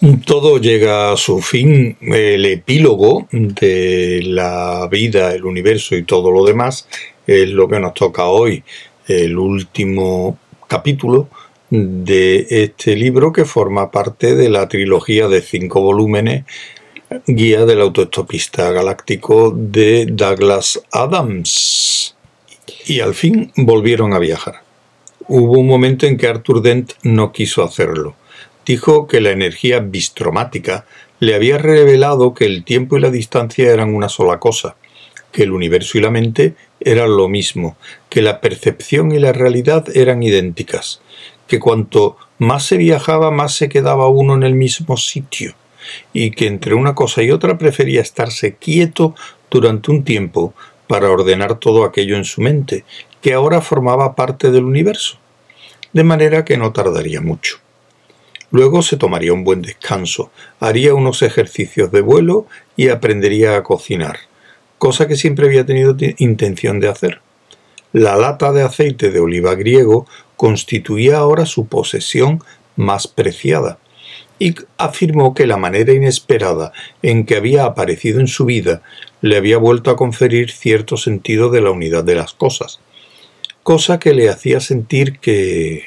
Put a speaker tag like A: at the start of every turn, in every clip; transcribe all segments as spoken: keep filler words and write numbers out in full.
A: Todo llega a su fin. El epílogo de la vida, el universo y todo lo demás es lo que nos toca hoy, el último capítulo de este libro que forma parte de la trilogía de cinco volúmenes Guía del autoestopista galáctico de Douglas Adams. Y al fin volvieron a viajar. Hubo un momento en que Arthur Dent no quiso hacerlo. Dijo que la energía bistromática le había revelado que el tiempo y la distancia eran una sola cosa, que el universo y la mente eran lo mismo, que la percepción y la realidad eran idénticas, que cuanto más se viajaba más se quedaba uno en el mismo sitio, y que entre una cosa y otra prefería estarse quieto durante un tiempo para ordenar todo aquello en su mente, que ahora formaba parte del universo, de manera que no tardaría mucho. Luego se tomaría un buen descanso, haría unos ejercicios de vuelo y aprendería a cocinar, cosa que siempre había tenido intención de hacer. La lata de aceite de oliva griego constituía ahora su posesión más preciada, y afirmó que la manera inesperada en que había aparecido en su vida le había vuelto a conferir cierto sentido de la unidad de las cosas, cosa que le hacía sentir que...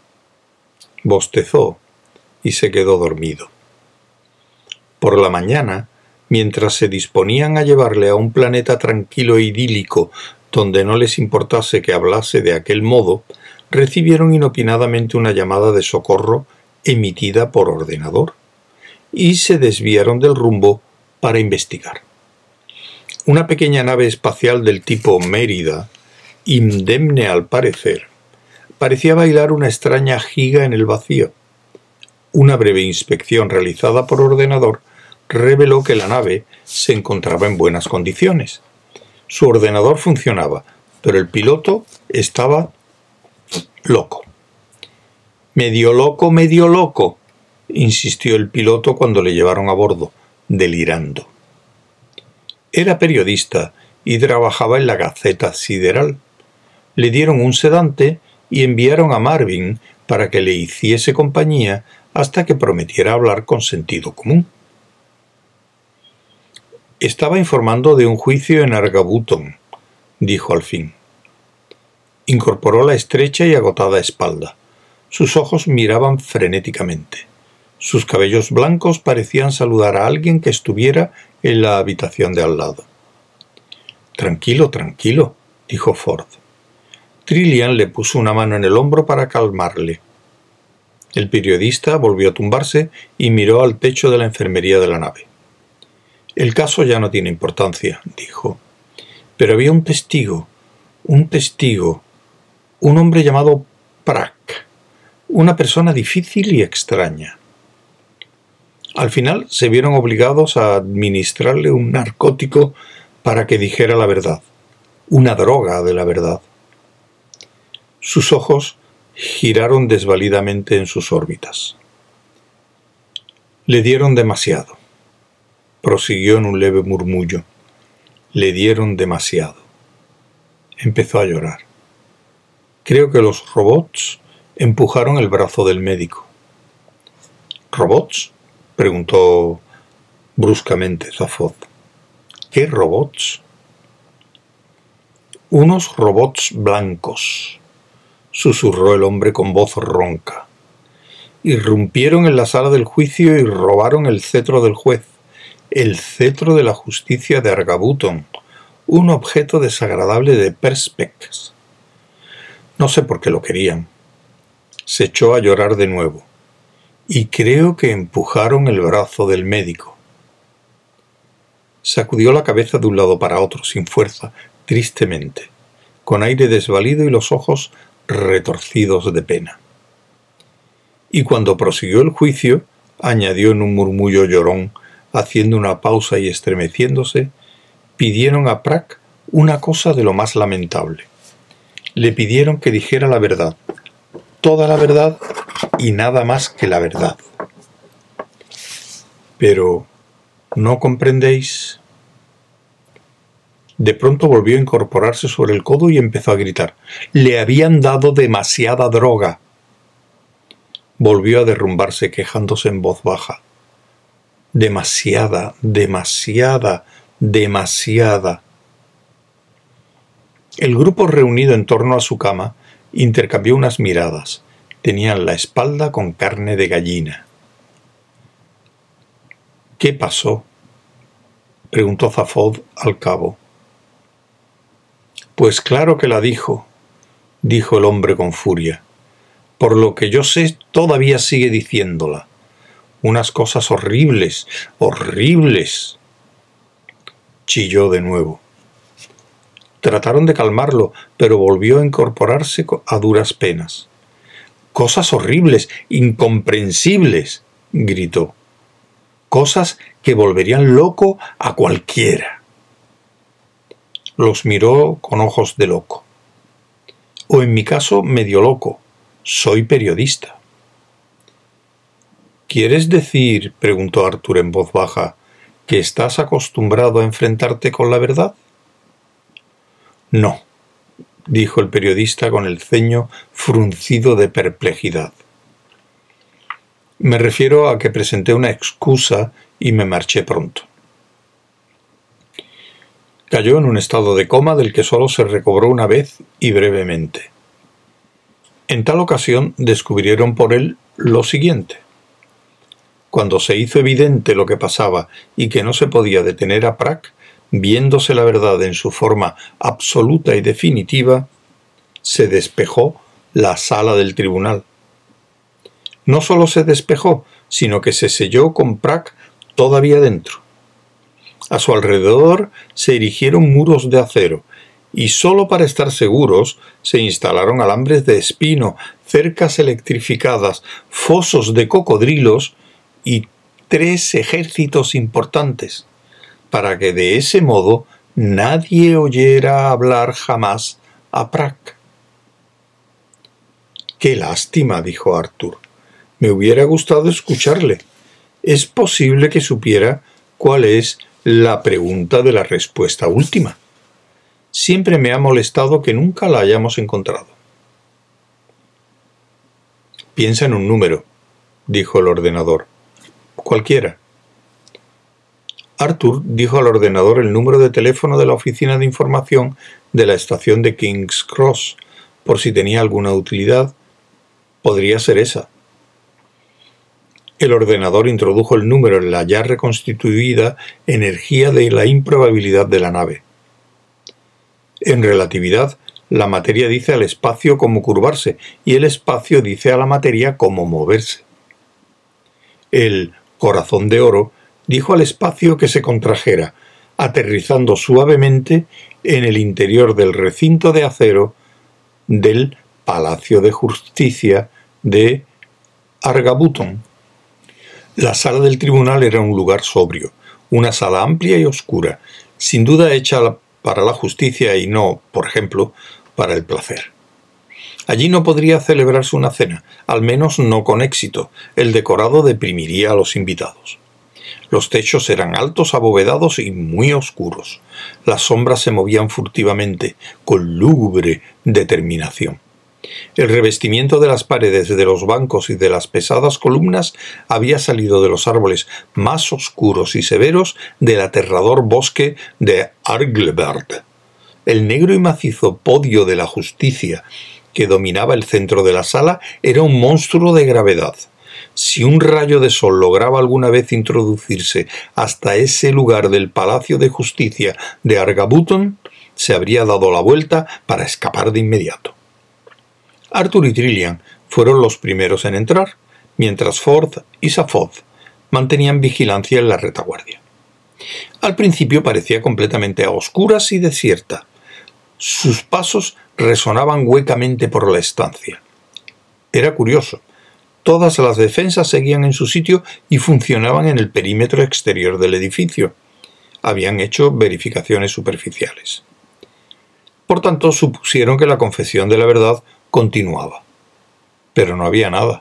A: Bostezó y se quedó dormido. Por la mañana, mientras se disponían a llevarle a un planeta tranquilo e idílico donde no les importase que hablase de aquel modo, recibieron inopinadamente una llamada de socorro emitida por ordenador y se desviaron del rumbo para investigar. Una pequeña nave espacial del tipo Mérida, indemne al parecer, parecía bailar una extraña giga en el vacío. Una breve inspección realizada por ordenador reveló que la nave se encontraba en buenas condiciones. Su ordenador funcionaba, pero el piloto estaba loco. «Medio loco, medio loco», insistió el piloto cuando le llevaron a bordo, delirando. Era periodista y trabajaba en la Gaceta Sideral. Le dieron un sedante y enviaron a Marvin para que le hiciese compañía hasta que prometiera hablar con sentido común. «Estaba informando de un juicio en Argabuton», dijo al fin. Incorporó la estrecha y agotada espalda. Sus ojos miraban frenéticamente. Sus cabellos blancos parecían saludar a alguien que estuviera en la habitación de al lado. «Tranquilo, tranquilo», dijo Ford. Trillian le puso una mano en el hombro para calmarle. El periodista volvió a tumbarse y miró al techo de la enfermería de la nave. «El caso ya no tiene importancia», dijo. «Pero había un testigo, un testigo, un hombre llamado Prack, una persona difícil y extraña». Al final se vieron obligados a administrarle un narcótico para que dijera la verdad, una droga de la verdad. Sus ojos giraron desvalidamente en sus órbitas. «Le dieron demasiado», prosiguió en un leve murmullo. «Le dieron demasiado». Empezó a llorar. «Creo que los robots empujaron el brazo del médico». «¿Robots?», preguntó bruscamente Zaphod. «¿Qué robots?». «Unos robots blancos», susurró el hombre con voz ronca. «Irrumpieron en la sala del juicio y robaron el cetro del juez, el cetro de la justicia de Argabuton, un objeto desagradable de Perspex. No sé por qué lo querían». Se echó a llorar de nuevo. «Y creo que empujaron el brazo del médico». Sacudió la cabeza de un lado para otro, sin fuerza, tristemente, con aire desvalido y los ojos retorcidos de pena. Y cuando prosiguió el juicio, añadió en un murmullo llorón, haciendo una pausa y estremeciéndose, pidieron a Prack una cosa de lo más lamentable. Le pidieron que dijera la verdad, toda la verdad y nada más que la verdad. Pero, ¿no comprendéis? De pronto volvió a incorporarse sobre el codo y empezó a gritar. «Le habían dado demasiada droga». Volvió a derrumbarse quejándose en voz baja. Demasiada, demasiada, demasiada. El grupo reunido en torno a su cama intercambió unas miradas. Tenían la espalda con carne de gallina. ¿Qué pasó?, preguntó Zaphod al cabo. Pues claro que la dijo, dijo el hombre con furia. Por lo que yo sé, todavía sigue diciéndola. Unas cosas horribles, horribles. Chilló de nuevo. Trataron de calmarlo, pero volvió a incorporarse a duras penas. Cosas horribles, incomprensibles, gritó. Cosas que volverían loco a cualquiera. Los miró con ojos de loco. O en mi caso, medio loco. Soy periodista. ¿Quieres decir, preguntó Arthur en voz baja, que estás acostumbrado a enfrentarte con la verdad? No, dijo el periodista con el ceño fruncido de perplejidad. Me refiero a que presenté una excusa y me marché pronto. Cayó en un estado de coma del que solo se recobró una vez y brevemente. En tal ocasión descubrieron por él lo siguiente. Cuando se hizo evidente lo que pasaba y que no se podía detener a Prague, viéndose la verdad en su forma absoluta y definitiva, se despejó la sala del tribunal. No solo se despejó, sino que se selló con Prague todavía dentro. A su alrededor se erigieron muros de acero, y solo para estar seguros se instalaron alambres de espino, cercas electrificadas, fosos de cocodrilos y tres ejércitos importantes, para que de ese modo nadie oyera hablar jamás a Prague. «Qué lástima», dijo Arthur. «Me hubiera gustado escucharle. Es posible que supiera cuál es la pregunta de la respuesta última. Siempre me ha molestado que nunca la hayamos encontrado». «Piensa en un número», dijo el ordenador. «Cualquiera». Arthur dijo al ordenador el número de teléfono de la oficina de información de la estación de King's Cross, por si tenía alguna utilidad. Podría ser esa. El ordenador introdujo el número en la ya reconstituida energía de la improbabilidad de la nave. En relatividad, la materia dice al espacio cómo curvarse y el espacio dice a la materia cómo moverse. El corazón de oro dijo al espacio que se contrajera, aterrizando suavemente en el interior del recinto de acero del Palacio de Justicia de Argabuton. La sala del tribunal era un lugar sobrio, una sala amplia y oscura, sin duda hecha para la justicia y no, por ejemplo, para el placer. Allí no podría celebrarse una cena, al menos no con éxito. El decorado deprimiría a los invitados. Los techos eran altos, abovedados y muy oscuros. Las sombras se movían furtivamente, con lúgubre determinación. El revestimiento de las paredes, de los bancos y de las pesadas columnas había salido de los árboles más oscuros y severos del aterrador bosque de Argleberd. El negro y macizo podio de la justicia que dominaba el centro de la sala era un monstruo de gravedad. Si un rayo de sol lograba alguna vez introducirse hasta ese lugar del Palacio de Justicia de Argabuton, se habría dado la vuelta para escapar de inmediato. Arthur y Trillian fueron los primeros en entrar, mientras Ford y Zaphod mantenían vigilancia en la retaguardia. Al principio parecía completamente a oscuras y desierta. Sus pasos resonaban huecamente por la estancia. Era curioso. Todas las defensas seguían en su sitio y funcionaban en el perímetro exterior del edificio. Habían hecho verificaciones superficiales. Por tanto, supusieron que la confesión de la verdad continuaba. Pero no había nada.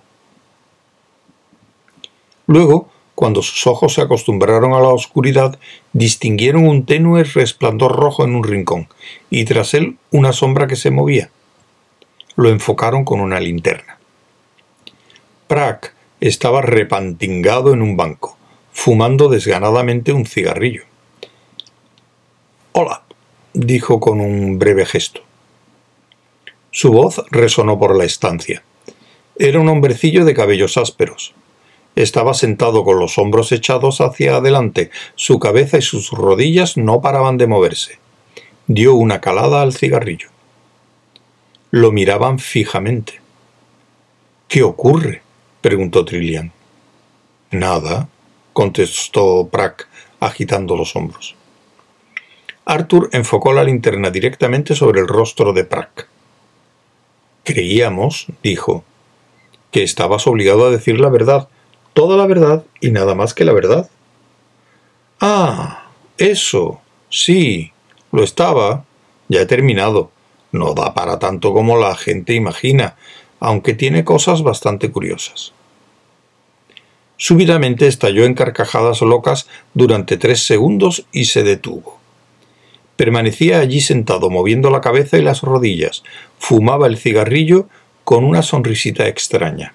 A: Luego, cuando sus ojos se acostumbraron a la oscuridad, distinguieron un tenue resplandor rojo en un rincón, y tras él una sombra que se movía. Lo enfocaron con una linterna. Prague estaba repantingado en un banco, fumando desganadamente un cigarrillo. «Hola», dijo con un breve gesto. Su voz resonó por la estancia. Era un hombrecillo de cabellos ásperos. Estaba sentado con los hombros echados hacia adelante, su cabeza y sus rodillas no paraban de moverse. Dio una calada al cigarrillo. Lo miraban fijamente. «¿Qué ocurre?», preguntó Trillian. «Nada», contestó Prague, agitando los hombros. Arthur enfocó la linterna directamente sobre el rostro de Prague. «Creíamos», dijo, «que estabas obligado a decir la verdad, toda la verdad y nada más que la verdad». «Ah, eso, sí, lo estaba. Ya he terminado. No da para tanto como la gente imagina, aunque tiene cosas bastante curiosas». Súbitamente estalló en carcajadas locas durante tres segundos y se detuvo. Permanecía allí sentado, moviendo la cabeza y las rodillas. Fumaba el cigarrillo con una sonrisita extraña.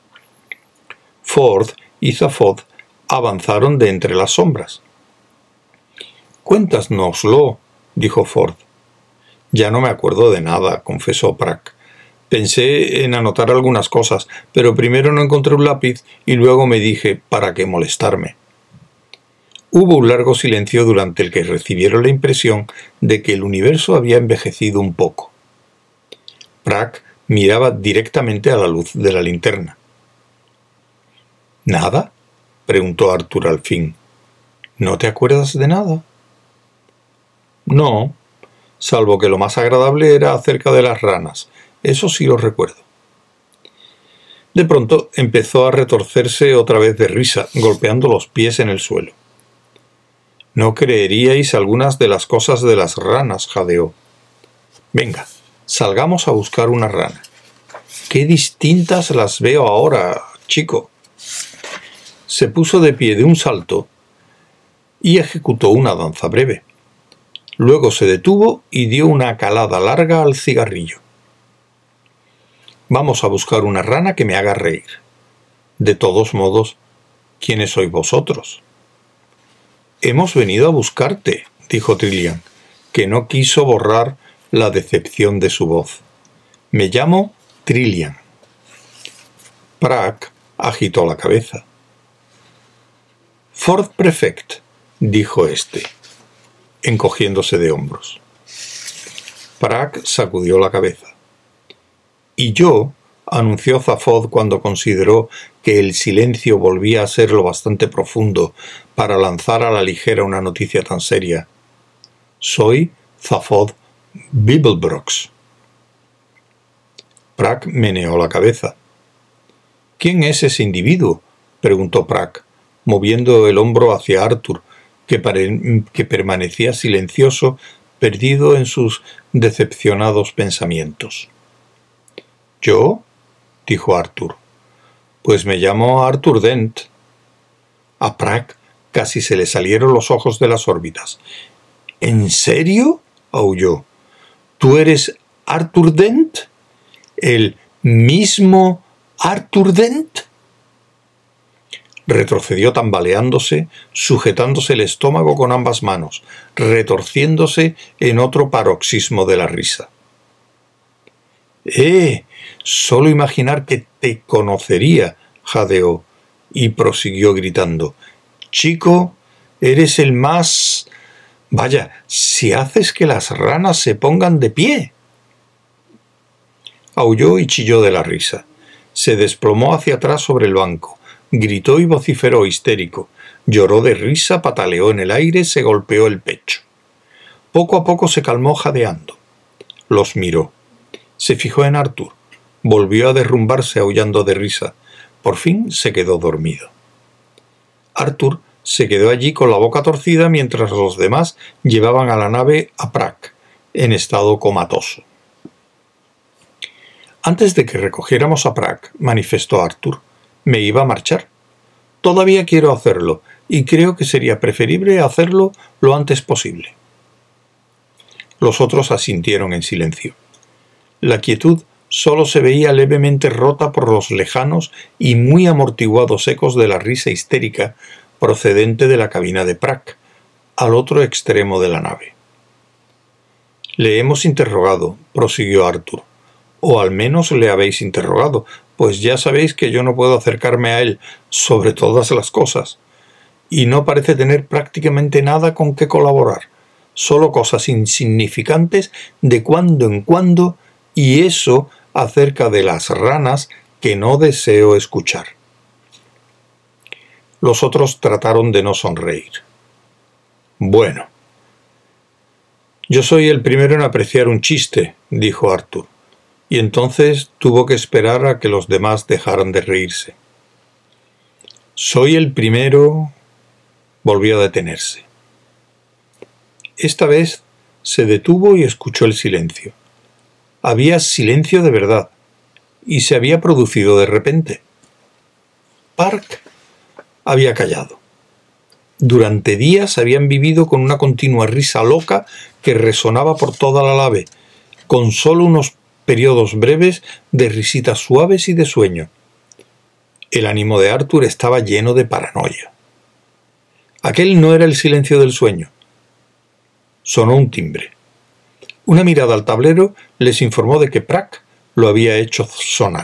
A: Ford y Zaphod avanzaron de entre las sombras. «Cuéntanoslo», dijo Ford. «Ya no me acuerdo de nada», confesó Prague. «Pensé en anotar algunas cosas, pero primero no encontré un lápiz y luego me dije, ¿para qué molestarme?». Hubo un largo silencio durante el que recibieron la impresión de que el universo había envejecido un poco. Prague miraba directamente a la luz de la linterna. «¿Nada?», preguntó Arthur al fin. «¿No te acuerdas de nada?». «No, salvo que lo más agradable era acerca de las ranas. Eso sí lo recuerdo». De pronto empezó a retorcerse otra vez de risa, golpeando los pies en el suelo. «No creeríais algunas de las cosas de las ranas», jadeó. «Venga, salgamos a buscar una rana. Qué distintas las veo ahora, chico». Se puso de pie de un salto y ejecutó una danza breve. Luego se detuvo y dio una calada larga al cigarrillo. «Vamos a buscar una rana que me haga reír. De todos modos, ¿quiénes sois vosotros?». «Hemos venido a buscarte», dijo Trillian, que no quiso borrar la decepción de su voz. «Me llamo Trillian». Prague agitó la cabeza. «Ford Prefect», dijo éste, encogiéndose de hombros. Prague sacudió la cabeza. «Y yo», anunció Zaphod cuando consideró que el silencio volvía a ser lo bastante profundo para lanzar a la ligera una noticia tan seria, «soy Zaphod Beeblebrox». Prague meneó la cabeza. «¿Quién es ese individuo?», preguntó Prague, moviendo el hombro hacia Arthur, que, pare- que permanecía silencioso, perdido en sus decepcionados pensamientos. «¿Yo?», dijo Arthur. «Pues me llamo Arthur Dent». A Prague casi se le salieron los ojos de las órbitas. «¿En serio?», aulló. «¿Tú eres Arthur Dent? ¿El mismo Arthur Dent?». Retrocedió tambaleándose, sujetándose el estómago con ambas manos, retorciéndose en otro paroxismo de la risa. «Eh, solo imaginar que te conocería», jadeó, y prosiguió gritando. «Chico, eres el más... Vaya, si haces que las ranas se pongan de pie». Aulló y chilló de la risa. Se desplomó hacia atrás sobre el banco. Gritó y vociferó histérico. Lloró de risa, pataleó en el aire, se golpeó el pecho. Poco a poco se calmó jadeando. Los miró. Se fijó en Arthur. Volvió a derrumbarse aullando de risa. Por fin se quedó dormido. Arthur se quedó allí con la boca torcida mientras los demás llevaban a la nave a Prague, en estado comatoso. «Antes de que recogiéramos a Prague», manifestó Arthur, «me iba a marchar. Todavía quiero hacerlo, y creo que sería preferible hacerlo lo antes posible». Los otros asintieron en silencio. La quietud solo se veía levemente rota por los lejanos y muy amortiguados ecos de la risa histérica procedente de la cabina de Prac, al otro extremo de la nave. Le hemos interrogado, prosiguió Arthur, o al menos le habéis interrogado, pues ya sabéis que yo no puedo acercarme a él sobre todas las cosas, y no parece tener prácticamente nada con que colaborar, solo cosas insignificantes de cuando en cuando, y eso acerca de las ranas que no deseo escuchar. Los otros trataron de no sonreír. Bueno. Yo soy el primero en apreciar un chiste, dijo Arthur, y entonces tuvo que esperar a que los demás dejaran de reírse. Soy el primero... Volvió a detenerse. Esta vez se detuvo y escuchó el silencio. Había silencio de verdad, y se había producido de repente. Park había callado. Durante días habían vivido con una continua risa loca que resonaba por toda la nave, con solo unos periodos breves de risitas suaves y de sueño. El ánimo de Arthur estaba lleno de paranoia. Aquel no era el silencio del sueño. Sonó un timbre. Una mirada al tablero les informó de que Prac lo había hecho sonar.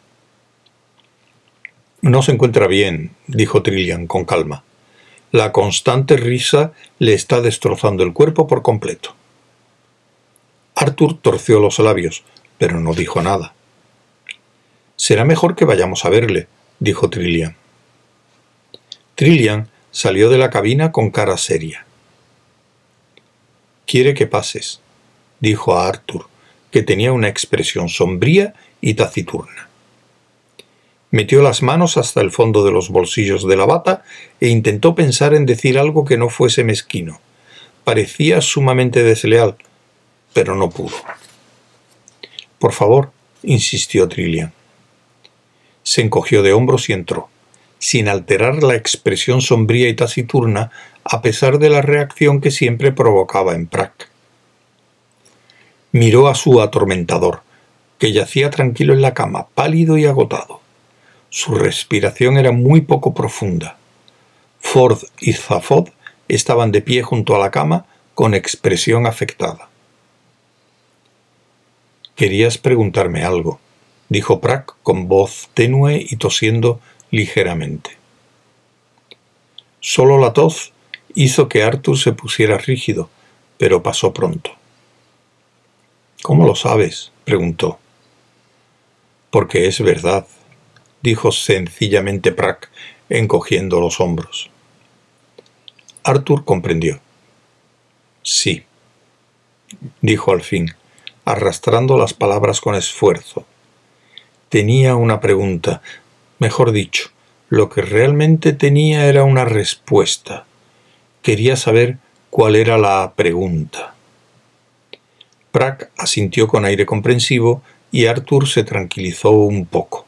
A: No se encuentra bien, dijo Trillian con calma. La constante risa le está destrozando el cuerpo por completo. Arthur torció los labios, pero no dijo nada. Será mejor que vayamos a verle, dijo Trillian. Trillian salió de la cabina con cara seria. Quiere que pases, dijo a Arthur, que tenía una expresión sombría y taciturna. Metió las manos hasta el fondo de los bolsillos de la bata e intentó pensar en decir algo que no fuese mezquino. Parecía sumamente desleal, pero no pudo. Por favor, insistió Trillian. Se encogió de hombros y entró, sin alterar la expresión sombría y taciturna, a pesar de la reacción que siempre provocaba en Prac. Miró a su atormentador, que yacía tranquilo en la cama, pálido y agotado. Su respiración era muy poco profunda. Ford y Zaphod estaban de pie junto a la cama, con expresión afectada. «Querías preguntarme algo», dijo Prac con voz tenue y tosiendo ligeramente. Solo la tos hizo que Arthur se pusiera rígido, pero pasó pronto. «¿Cómo lo sabes?», preguntó. «Porque es verdad», dijo sencillamente Prac, encogiendo los hombros. Arthur comprendió. «Sí», dijo al fin, arrastrando las palabras con esfuerzo. Tenía una pregunta, mejor dicho, lo que realmente tenía era una respuesta. Quería saber cuál era la pregunta. Prac asintió con aire comprensivo y Arthur se tranquilizó un poco.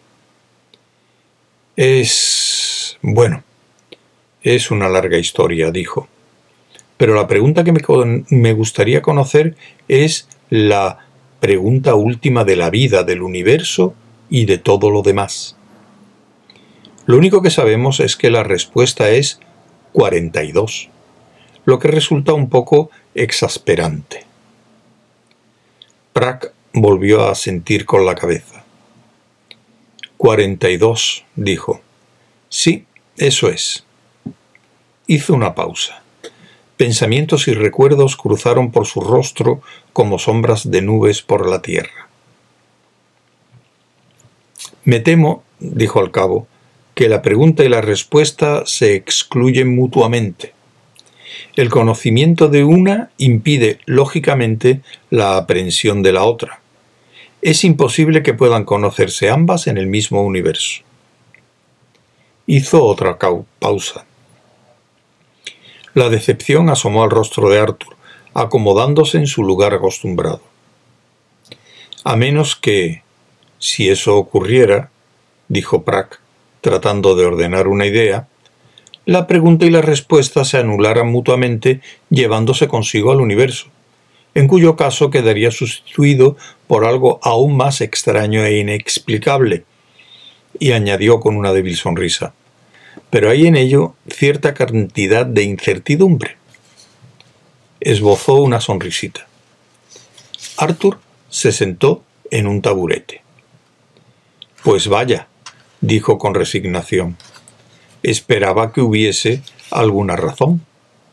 A: Es... bueno, es una larga historia, dijo. Pero la pregunta que me, me gustaría conocer es la pregunta última de la vida, del universo y de todo lo demás. Lo único que sabemos es que la respuesta es cuarenta y dos, lo que resulta un poco exasperante. Prac volvió a asentir con la cabeza. cuarenta y dos, dijo. Sí, eso es. Hizo una pausa. Pensamientos y recuerdos cruzaron por su rostro como sombras de nubes por la tierra. Me temo, dijo al cabo, que la pregunta y la respuesta se excluyen mutuamente. El conocimiento de una impide, lógicamente, la aprehensión de la otra. Es imposible que puedan conocerse ambas en el mismo universo. Hizo otra pausa. La decepción asomó al rostro de Arthur, acomodándose en su lugar acostumbrado. A menos que, si eso ocurriera, dijo Prac, tratando de ordenar una idea, la pregunta y la respuesta se anularan mutuamente llevándose consigo al universo, en cuyo caso quedaría sustituido por algo aún más extraño e inexplicable, y añadió con una débil sonrisa, pero hay en ello cierta cantidad de incertidumbre. Esbozó una sonrisita. Arthur se sentó en un taburete. Pues vaya, dijo con resignación. Esperaba que hubiese alguna razón.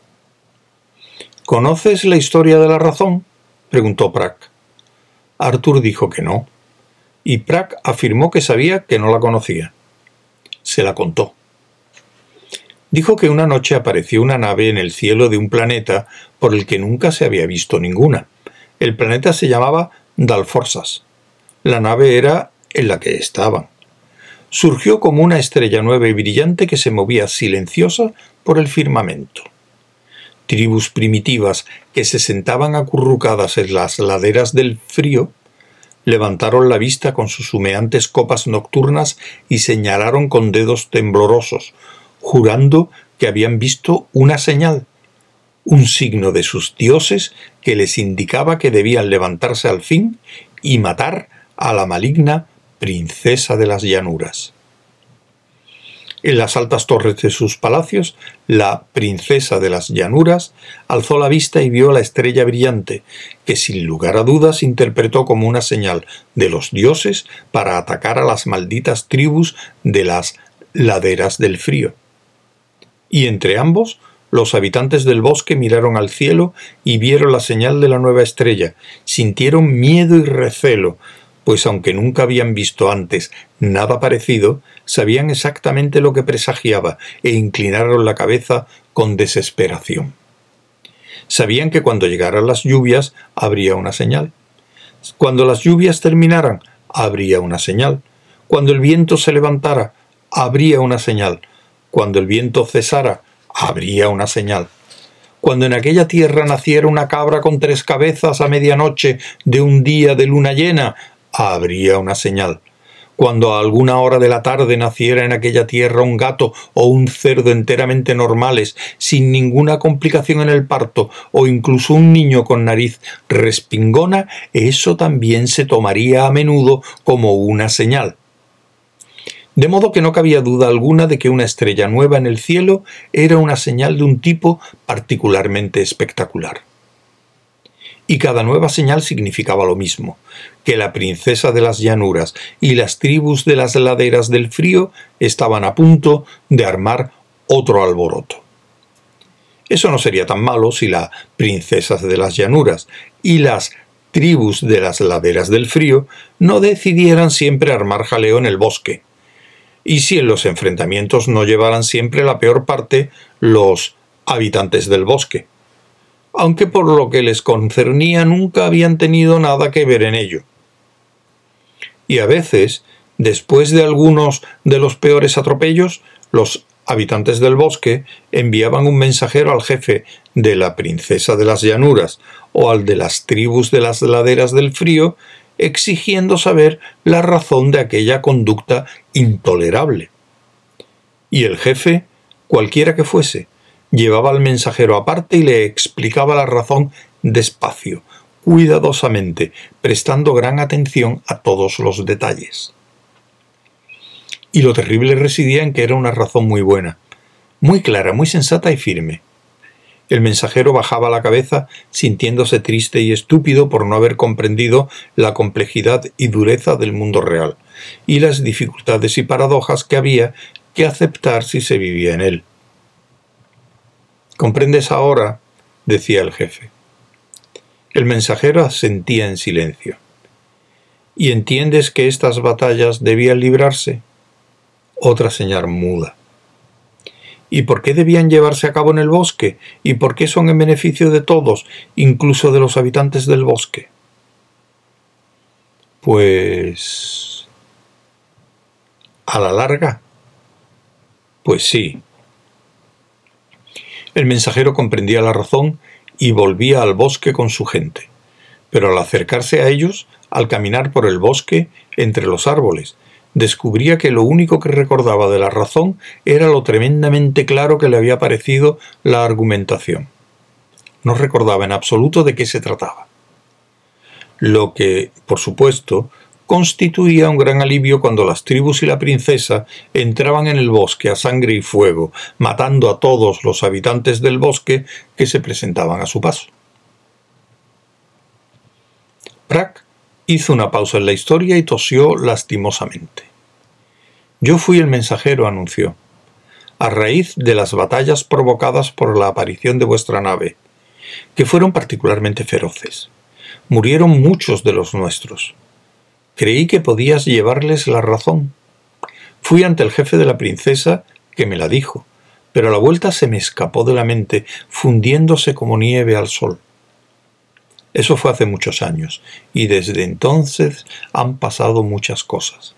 A: ¿Conoces la historia de la razón?, preguntó Pratt. Arthur dijo que no, y Pratt afirmó que sabía que no la conocía. Se la contó. Dijo que una noche apareció una nave en el cielo de un planeta por el que nunca se había visto ninguna. El planeta se llamaba Dalforsas. La nave era en la que estaban. Surgió como una estrella nueva y brillante que se movía silenciosa por el firmamento. Tribus primitivas que se sentaban acurrucadas en las laderas del frío levantaron la vista con sus humeantes copas nocturnas y señalaron con dedos temblorosos, jurando que habían visto una señal, un signo de sus dioses que les indicaba que debían levantarse al fin y matar a la maligna princesa de las llanuras. En las altas torres de sus palacios, la princesa de las llanuras alzó la vista y vio la estrella brillante, que sin lugar a dudas interpretó como una señal de los dioses para atacar a las malditas tribus de las laderas del frío. Y entre ambos, los habitantes del bosque miraron al cielo y vieron la señal de la nueva estrella, sintieron miedo y recelo, pues aunque nunca habían visto antes nada parecido, sabían exactamente lo que presagiaba e inclinaron la cabeza con desesperación. Sabían que cuando llegaran las lluvias habría una señal. Cuando las lluvias terminaran, habría una señal. Cuando el viento se levantara, habría una señal. Cuando el viento cesara, habría una señal. Cuando en aquella tierra naciera una cabra con tres cabezas a medianoche de un día de luna llena, habría una señal. Cuando a alguna hora de la tarde naciera en aquella tierra un gato o un cerdo enteramente normales, sin ninguna complicación en el parto, o incluso un niño con nariz respingona, eso también se tomaría a menudo como una señal. De modo que no cabía duda alguna de que una estrella nueva en el cielo era una señal de un tipo particularmente espectacular. Y cada nueva señal significaba lo mismo, que la princesa de las llanuras y las tribus de las laderas del frío estaban a punto de armar otro alboroto. Eso no sería tan malo si la princesa de las llanuras y las tribus de las laderas del frío no decidieran siempre armar jaleo en el bosque, y si en los enfrentamientos no llevaran siempre la peor parte los habitantes del bosque, aunque por lo que les concernía nunca habían tenido nada que ver en ello. Y a veces, después de algunos de los peores atropellos, los habitantes del bosque enviaban un mensajero al jefe de la princesa de las llanuras o al de las tribus de las laderas del frío, exigiendo saber la razón de aquella conducta intolerable. Y el jefe, cualquiera que fuese, llevaba al mensajero aparte y le explicaba la razón despacio, cuidadosamente, prestando gran atención a todos los detalles. Y lo terrible residía en que era una razón muy buena, muy clara, muy sensata y firme. El mensajero bajaba la cabeza sintiéndose triste y estúpido por no haber comprendido la complejidad y dureza del mundo real, y las dificultades y paradojas que había que aceptar si se vivía en él. ¿Comprendes ahora?, decía el jefe. El mensajero asentía en silencio. ¿Y entiendes que estas batallas debían librarse? Otra señal muda. ¿Y por qué debían llevarse a cabo en el bosque? ¿Y por qué son en beneficio de todos, incluso de los habitantes del bosque? Pues... ¿a la larga? Pues sí. El mensajero comprendía la razón y volvía al bosque con su gente. Pero al acercarse a ellos, al caminar por el bosque, entre los árboles, descubría que lo único que recordaba de la razón era lo tremendamente claro que le había parecido la argumentación. No recordaba en absoluto de qué se trataba. Lo que, por supuesto, constituía un gran alivio cuando las tribus y la princesa entraban en el bosque a sangre y fuego, matando a todos los habitantes del bosque que se presentaban a su paso. Prak hizo una pausa en la historia y tosió lastimosamente. «Yo fui el mensajero», anunció, «a raíz de las batallas provocadas por la aparición de vuestra nave, que fueron particularmente feroces. Murieron muchos de los nuestros. Creí que podías llevarles la razón. Fui ante el jefe de la princesa, que me la dijo, pero a la vuelta se me escapó de la mente, fundiéndose como nieve al sol. Eso fue hace muchos años, y desde entonces han pasado muchas cosas».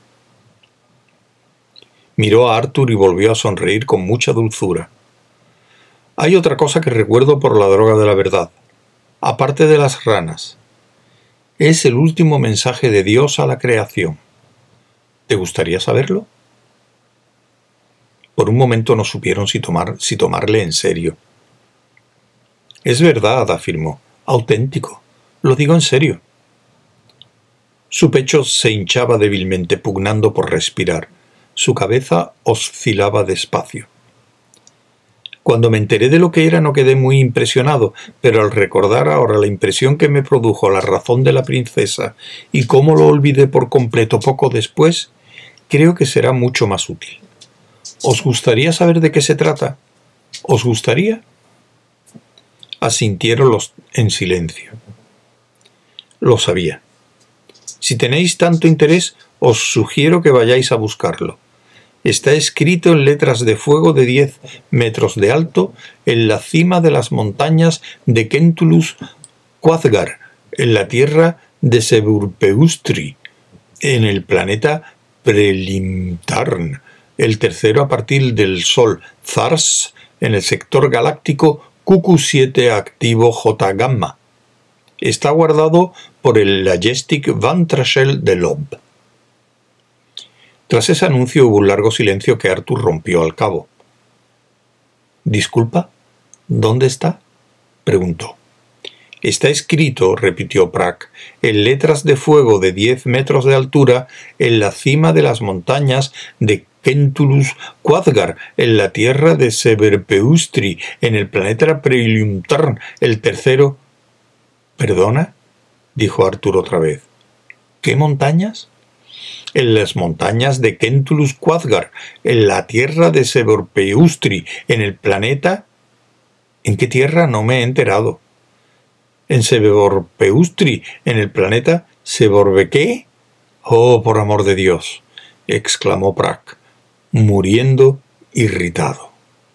A: Miró a Arthur y volvió a sonreír con mucha dulzura. «Hay otra cosa que recuerdo por la droga de la verdad, aparte de las ranas. Es el último mensaje de Dios a la creación. ¿Te gustaría saberlo?». Por un momento no supieron si, tomar, si tomarle en serio. «Es verdad», afirmó, «auténtico. Lo digo en serio». Su pecho se hinchaba débilmente, pugnando por respirar. Su cabeza oscilaba despacio. Cuando me enteré de lo que era no quedé muy impresionado, pero al recordar ahora la impresión que me produjo la razón de la princesa y cómo lo olvidé por completo poco después, creo que será mucho más útil. ¿Os gustaría saber de qué se trata? ¿Os gustaría? Asintieron los en silencio. Lo sabía. Si tenéis tanto interés, os sugiero que vayáis a buscarlo. Está escrito en letras de fuego de diez metros de alto en la cima de las montañas de Kentulus Quathgar, en la tierra de Seburpeustri, en el planeta Prelimtarn, el tercero a partir del Sol Thars, en el sector galáctico Q Q siete activo J Gamma. Está guardado por el Majestic Van Trashel de Lob. Tras ese anuncio hubo un largo silencio que Arthur rompió al cabo. «¿Disculpa? ¿Dónde está?», preguntó. «Está escrito», repitió Prak, «en letras de fuego de diez metros de altura en la cima de las montañas de Kentulus Quathgar, en la tierra de Seburpeustri, en el planeta Prelimtarn, el tercero». «¿Perdona?», dijo Arthur otra vez. «¿Qué montañas?». «En las montañas de Kentulus Quathgar, en la tierra de Seburpeustri, en el planeta...». «¿En qué tierra? No me he enterado». «En Seburpeustri, en el planeta Seborbe-¿qué?». «Oh, por amor de Dios», exclamó Prak, muriendo irritado.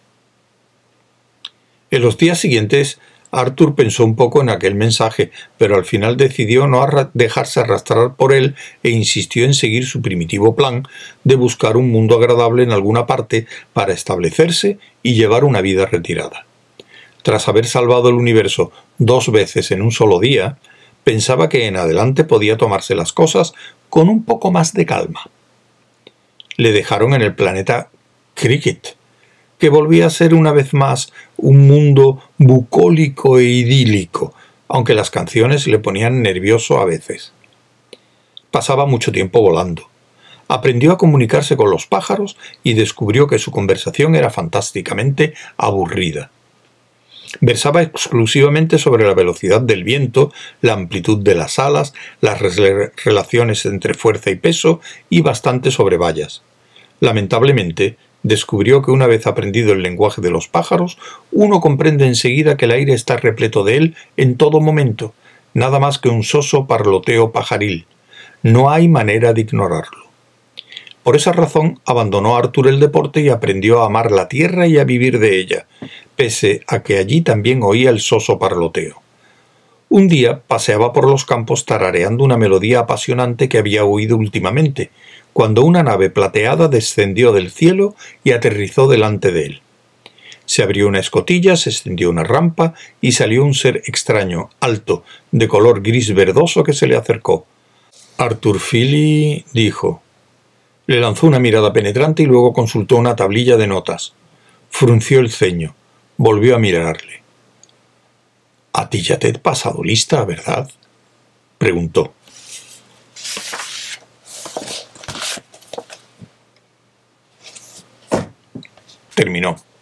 A: En los días siguientes, Arthur pensó un poco en aquel mensaje, pero al final decidió no dejarse arrastrar por él e insistió en seguir su primitivo plan de buscar un mundo agradable en alguna parte para establecerse y llevar una vida retirada. Tras haber salvado el universo dos veces en un solo día, pensaba que en adelante podía tomarse las cosas con un poco más de calma. Le dejaron en el planeta Cricket, que volvía a ser una vez más un mundo bucólico e idílico, aunque las canciones le ponían nervioso a veces. Pasaba mucho tiempo volando. Aprendió a comunicarse con los pájaros y descubrió que su conversación era fantásticamente aburrida. Versaba exclusivamente sobre la velocidad del viento, la amplitud de las alas, las re- relaciones entre fuerza y peso y bastante sobre vallas. Lamentablemente, descubrió que una vez aprendido el lenguaje de los pájaros, uno comprende enseguida que el aire está repleto de él en todo momento, nada más que un soso parloteo pajaril. No hay manera de ignorarlo. Por esa razón abandonó Arthur el deporte y aprendió a amar la tierra y a vivir de ella, pese a que allí también oía el soso parloteo. Un día paseaba por los campos tarareando una melodía apasionante que había oído últimamente, cuando una nave plateada descendió del cielo y aterrizó delante de él. Se abrió una escotilla, se extendió una rampa y salió un ser extraño, alto, de color gris verdoso que se le acercó. «Arthur Philley», dijo. Le lanzó una mirada penetrante y luego consultó una tablilla de notas. Frunció el ceño. Volvió a mirarle. «A ti ya te he pasado lista, ¿verdad?», preguntó. terminó.